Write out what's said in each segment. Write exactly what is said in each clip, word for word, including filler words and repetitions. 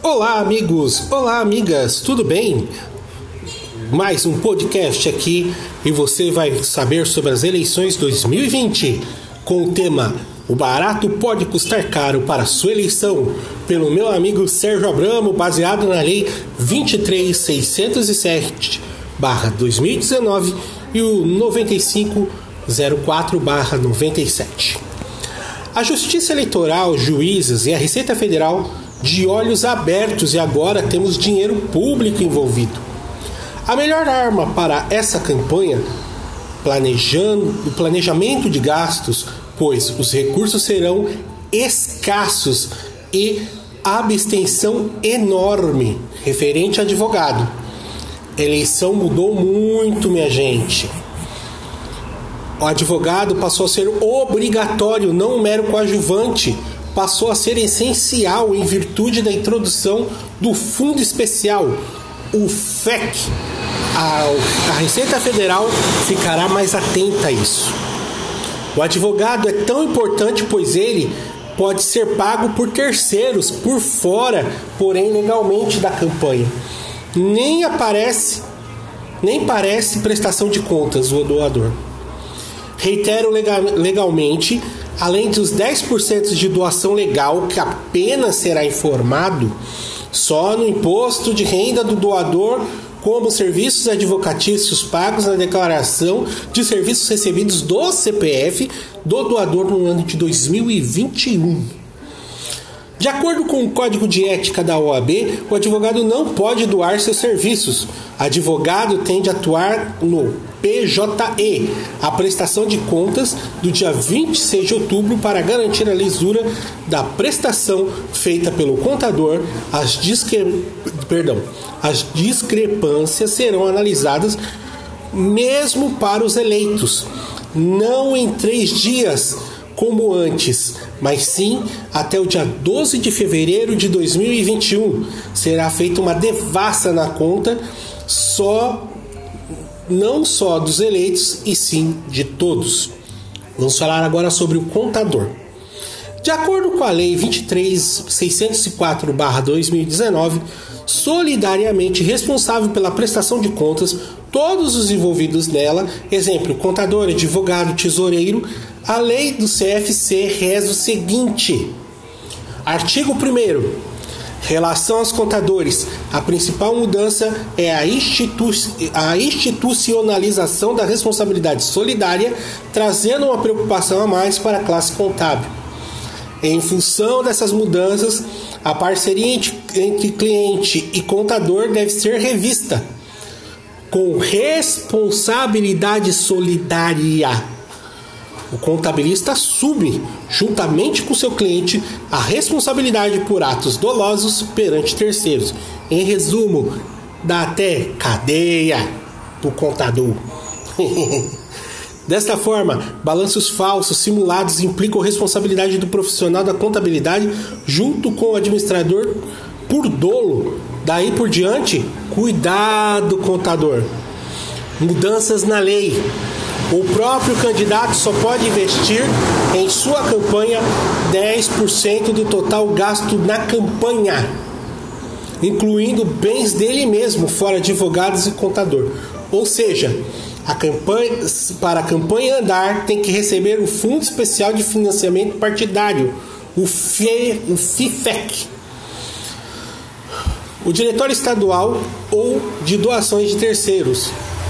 Olá, amigos! Olá, amigas! Tudo bem? Mais um podcast aqui e você vai saber sobre as eleições dois mil e vinte com o tema O barato pode custar caro para a sua eleição, pelo meu amigo Sérgio Abramo, baseado na Lei vinte e três mil seiscentos e sete barra dois mil e dezenove e o noventa e cinco zero quatro barra noventa e sete. A Justiça Eleitoral, juízes e a Receita Federal de olhos abertos, e agora temos dinheiro público envolvido. A melhor arma para essa campanha, planejando o planejamento de gastos, pois os recursos serão escassos e a abstenção enorme referente a advogado. A eleição mudou muito, minha gente. O advogado passou a ser obrigatório, não um mero coadjuvante. Passou a ser essencial em virtude da introdução do Fundo Especial, o F E C. A, a Receita Federal ficará mais atenta a isso. O advogado é tão importante, pois ele pode ser pago por terceiros, por fora, porém legalmente da campanha. Nem aparece, nem parece prestação de contas o doador. Reitero legal, legalmente, além dos dez por cento de doação legal que apenas será informado só no imposto de renda do doador, como serviços advocatícios pagos na declaração de serviços recebidos do C P F do doador no ano de dois mil e vinte e um. De acordo com o Código de Ética da O A B, o advogado não pode doar seus serviços. Advogado tem de atuar no P J E, a prestação de contas do dia vinte e seis de outubro, para garantir a lisura da prestação feita pelo contador. As, discre... Perdão. As discrepâncias serão analisadas mesmo para os eleitos, não em três dias, como antes, mas sim até o dia doze de fevereiro de dois mil e vinte e um. Será feita uma devassa na conta, só, não só dos eleitos, e sim de todos. Vamos falar agora sobre o contador. De acordo com a Lei vinte e três mil seiscentos e quatro barra dois mil e dezenove, solidariamente responsável pela prestação de contas, todos os envolvidos nela, exemplo, contador, advogado, tesoureiro, a lei do C F C reza o seguinte: artigo primeiro. Relação aos contadores. A principal mudança é a, institu- a institucionalização da responsabilidade solidária, trazendo uma preocupação a mais para a classe contábil. Em função dessas mudanças, a parceria entre cliente e contador deve ser revista com responsabilidade solidária. O contabilista assume, juntamente com seu cliente, a responsabilidade por atos dolosos perante terceiros. Em resumo, dá até cadeia do contador. Desta forma, balanços falsos, simulados, implicam responsabilidade do profissional da contabilidade junto com o administrador por dolo. Daí por diante, cuidado, contador. Mudanças na lei. O próprio candidato só pode investir em sua campanha dez por cento do total gasto na campanha, incluindo bens dele mesmo, fora advogados e contador. Ou seja, a campanha, para a campanha andar, tem que receber o Fundo Especial de Financiamento Partidário, o F I F E C, o Diretório Estadual ou de doações de terceiros.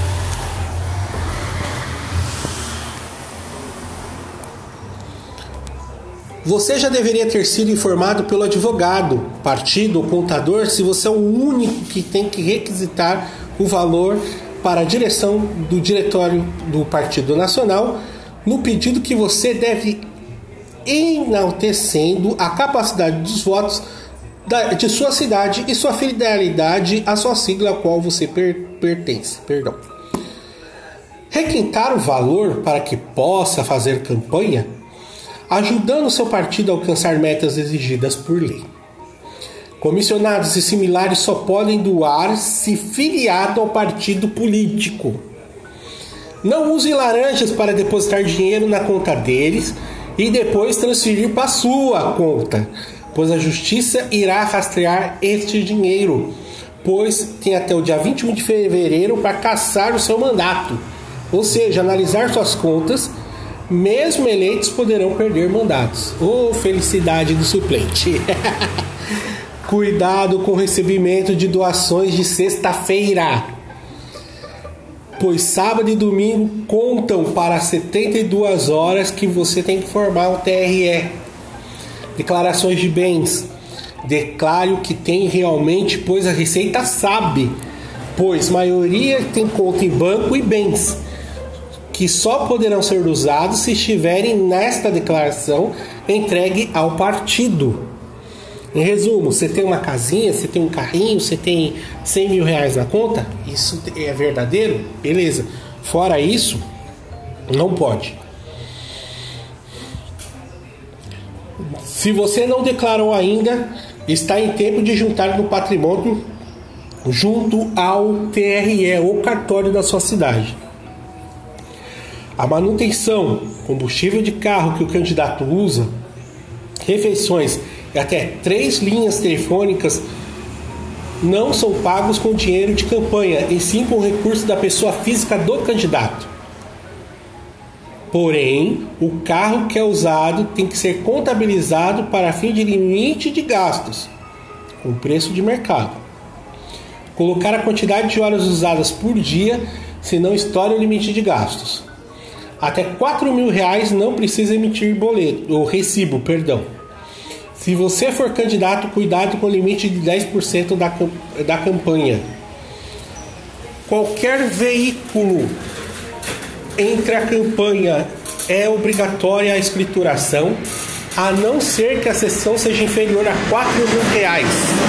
Você já deveria ter sido informado pelo advogado, partido ou contador se você é o único que tem que requisitar o valor para a direção do diretório do Partido Nacional, no pedido que você deve, enaltecendo a capacidade dos votos da, de sua cidade e sua fidelidade à sua sigla a qual você per, pertence. Perdão. Requintar o valor para que possa fazer campanha, ajudando seu partido a alcançar metas exigidas por lei. Comissionados e similares só podem doar se filiado ao partido político. Não use laranjas para depositar dinheiro na conta deles e depois transferir para a sua conta. pois a justiça irá rastrear este dinheiro, pois tem até o dia vinte e um de fevereiro para cassar o seu mandato. Ou seja, analisar suas contas, mesmo eleitos poderão perder mandatos. Ô, oh, felicidade do suplente! Cuidado com o recebimento de doações de sexta-feira, pois sábado e domingo contam para setenta e duas horas que você tem que formar um T R E. Declarações de bens. Declare o que tem realmente, pois a Receita sabe, pois maioria tem conta em banco e bens, que só poderão ser usados se estiverem nesta declaração entregue ao partido. Em resumo, você tem uma casinha, você tem um carrinho, você tem cem mil reais na conta? Isso é verdadeiro? Beleza. Fora isso, não pode. Se você não declarou ainda, está em tempo de juntar no patrimônio junto ao T R E ou cartório da sua cidade. A manutenção, combustível de carro que o candidato usa, refeições e até três linhas telefônicas não são pagos com dinheiro de campanha, e sim com recurso da pessoa física do candidato. Porém, o carro que é usado tem que ser contabilizado para fim de limite de gastos, com preço de mercado. Colocar a quantidade de horas usadas por dia, se não estoura o limite de gastos. Até quatro mil reais não precisa emitir boleto, ou recibo, perdão. Se você for candidato, cuidado com o limite de dez por cento da, da campanha. Qualquer veículo entre a campanha é obrigatória a escrituração, a não ser que a cessão seja inferior a quatro mil reais.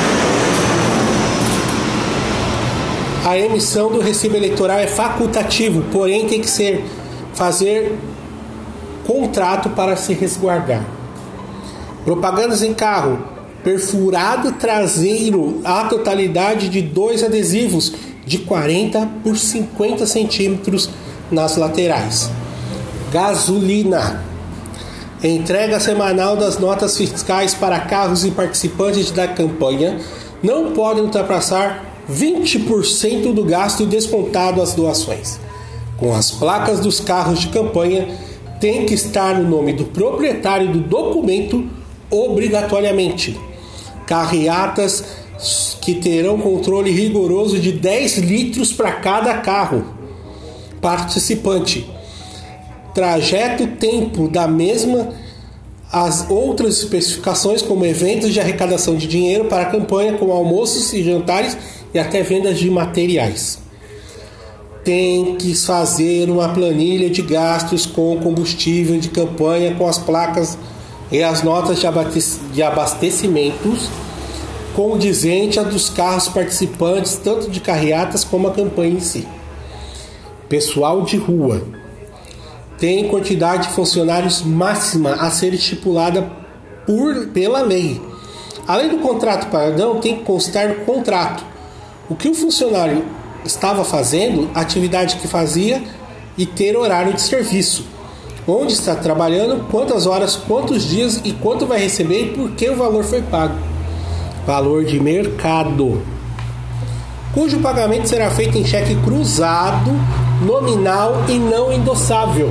A emissão do recibo eleitoral é facultativo, porém tem que ser fazer contrato para se resguardar. Propagandas em carro, perfurado traseiro, a totalidade de dois adesivos de quarenta por cinquenta centímetros nas laterais. Gasolina. Entrega semanal das notas fiscais para carros e participantes da campanha não podem ultrapassar vinte por cento do gasto descontado às doações. Com as placas dos carros de campanha, tem que estar no nome do proprietário do documento obrigatoriamente. Carreatas que terão controle rigoroso de dez litros para cada carro participante. Trajeto tempo da mesma, as outras especificações como eventos de arrecadação de dinheiro para a campanha, como almoços e jantares e até vendas de materiais. Tem que fazer uma planilha de gastos com combustível de campanha, com as placas e as notas de abastecimentos condizente a dos carros participantes, tanto de carreatas como a campanha em si. Pessoal de rua. Tem quantidade de funcionários máxima a ser estipulada por, pela lei. Além do contrato padrão, tem que constar no contrato o que o funcionário estava fazendo, a atividade que fazia e ter horário de serviço. Onde está trabalhando, quantas horas, quantos dias e quanto vai receber e por que o valor foi pago. Valor de mercado, cujo pagamento será feito em cheque cruzado, nominal e não endossável.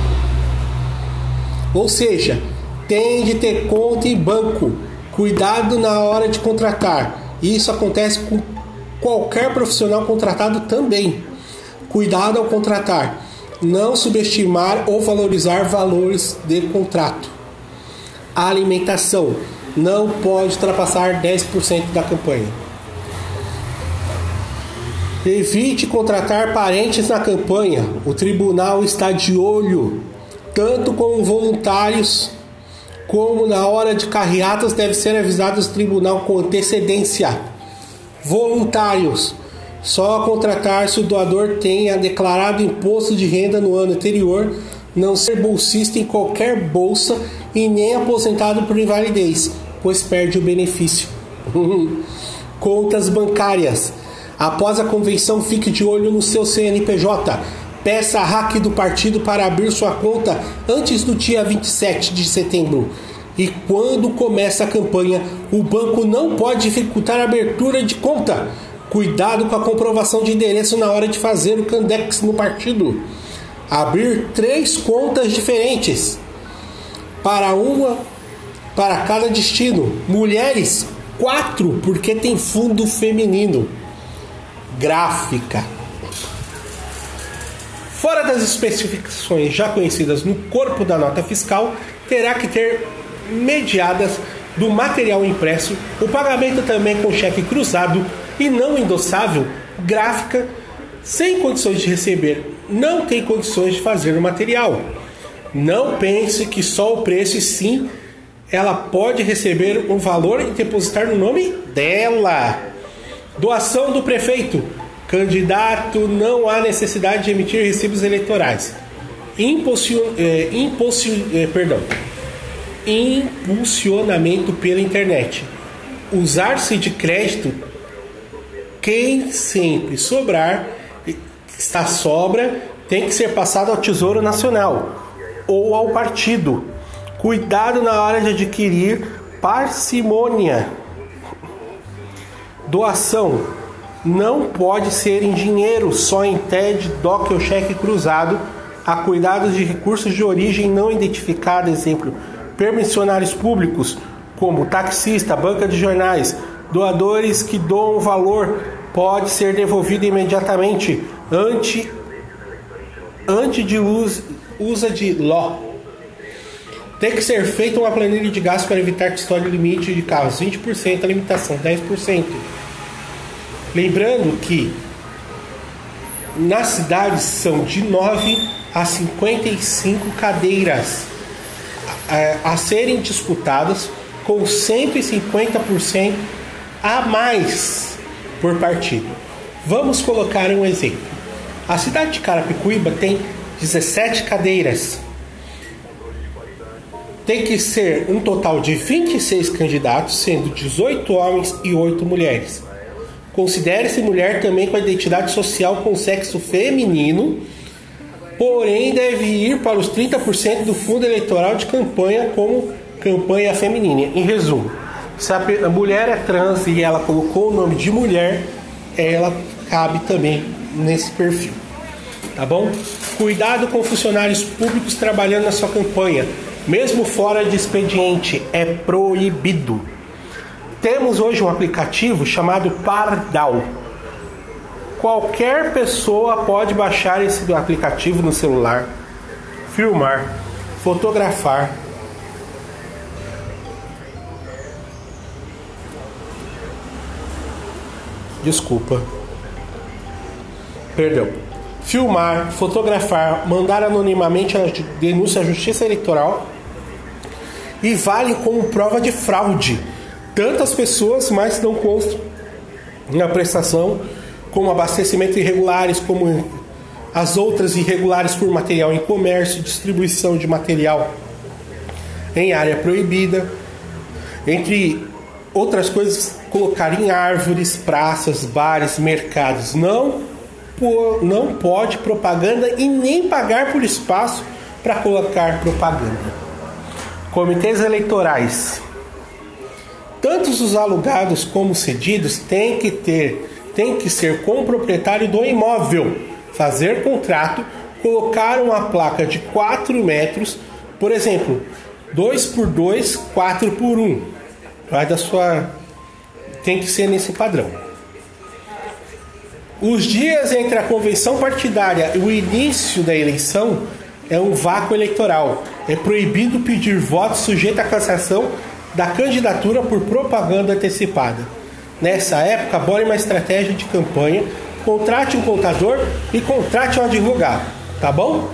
Ou seja, tem de ter conta em banco. Cuidado na hora de contratar. Isso acontece com qualquer profissional contratado também. Cuidado ao contratar. Não subestimar ou valorizar valores de contrato. A alimentação não pode ultrapassar dez por cento da campanha. Evite contratar parentes na campanha. O tribunal está de olho, tanto com voluntários como na hora de carreatas deve ser avisado o tribunal com antecedência. Voluntários. Só contratar se o doador tenha declarado imposto de renda no ano anterior, não ser bolsista em qualquer bolsa e nem aposentado por invalidez, pois perde o benefício. Contas bancárias. Após a convenção, fique de olho no seu C N P J. Peça a hack do partido para abrir sua conta antes do dia vinte e sete de setembro. e quando começa a campanha, o banco não pode dificultar a abertura de conta. Cuidado com a comprovação de endereço na hora de fazer o Candex no partido. Abrir três contas diferentes para uma para cada destino. Mulheres, quatro, porque tem fundo feminino. Gráfica. Fora das especificações já conhecidas no corpo da nota fiscal, terá que ter mediadas do material impresso, o pagamento também com cheque cruzado e não endossável, gráfica, sem condições de receber, não tem condições de fazer o material. Não pense que só o preço, e sim, ela pode receber um valor e depositar no nome dela. Doação do prefeito. Candidato, não há necessidade de emitir recibos eleitorais. Impulsion, é, impulsion, é, perdão. Impulsionamento pela internet. Usar-se de crédito. Quem sempre sobrar, está sobra, tem que ser passado ao Tesouro Nacional ou ao partido. Cuidado na hora de adquirir. Parcimônia. Doação. Não pode ser em dinheiro, só em T E D, D O C ou cheque cruzado, a cuidados de recursos de origem não identificada, exemplo, permissionários públicos, como taxista, banca de jornais, doadores que doam valor, pode ser devolvido imediatamente, antes antes de uso, usa de ló. Tem que ser feita uma planilha de gastos para evitar que estoure o limite de carros, vinte por cento, a limitação, dez por cento. Lembrando que nas cidades são de nove a cinquenta e cinco cadeiras a, a serem disputadas, com cento e cinquenta por cento a mais por partido. Vamos colocar um exemplo. A cidade de Carapicuíba tem dezessete cadeiras. Tem que ser um total de vinte e seis candidatos, sendo dezoito homens e oito mulheres. Considere-se mulher também com a identidade social com sexo feminino, porém deve ir para os trinta por cento do fundo eleitoral de campanha como campanha feminina. Em resumo, se a mulher é trans e ela colocou o nome de mulher, ela cabe também nesse perfil. Tá bom? Cuidado com funcionários públicos trabalhando na sua campanha, mesmo fora de expediente, é proibido. Temos hoje um aplicativo chamado Pardal. Qualquer pessoa pode baixar esse aplicativo no celular, filmar, fotografar, desculpa, perdão, filmar, fotografar, mandar anonimamente a denúncia à Justiça Eleitoral e vale como prova de fraude. Tantas pessoas, mas não constam na prestação, como abastecimento irregulares, como as outras irregulares por material em comércio, distribuição de material em área proibida, entre outras coisas, colocar em árvores, praças, bares, mercados. Não, não pode propaganda e nem pagar por espaço para colocar propaganda. Comitês eleitorais. Tanto os alugados como os cedidos têm que ter, têm que ser com o proprietário do imóvel, fazer contrato, colocar uma placa de quatro metros, por exemplo, dois por dois, quatro por um. Vai da sua, tem que ser nesse padrão. Os dias entre a convenção partidária e o início da eleição é um vácuo eleitoral. É proibido pedir voto sujeito à cassação da candidatura por propaganda antecipada. Nessa época, abole uma estratégia de campanha, contrate um contador e contrate um advogado, tá bom?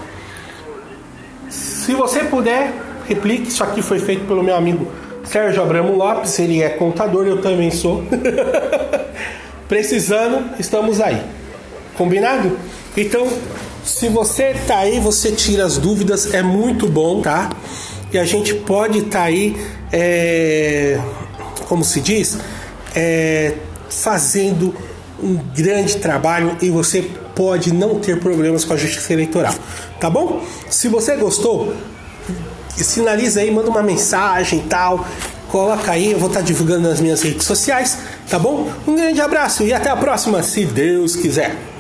Se você puder, replique. Isso aqui foi feito pelo meu amigo Sérgio Abramo Lopes, ele é contador, eu também sou. Precisando, estamos aí. Combinado? Então, se você tá aí, você tira as dúvidas, é muito bom, tá? E a gente pode estar tá aí, é, como se diz, é, fazendo um grande trabalho e você pode não ter problemas com a justiça eleitoral, tá bom? Se você gostou, sinaliza aí, manda uma mensagem e tal. Coloca aí, eu vou estar divulgando nas minhas redes sociais, tá bom? Um grande abraço e até a próxima, se Deus quiser.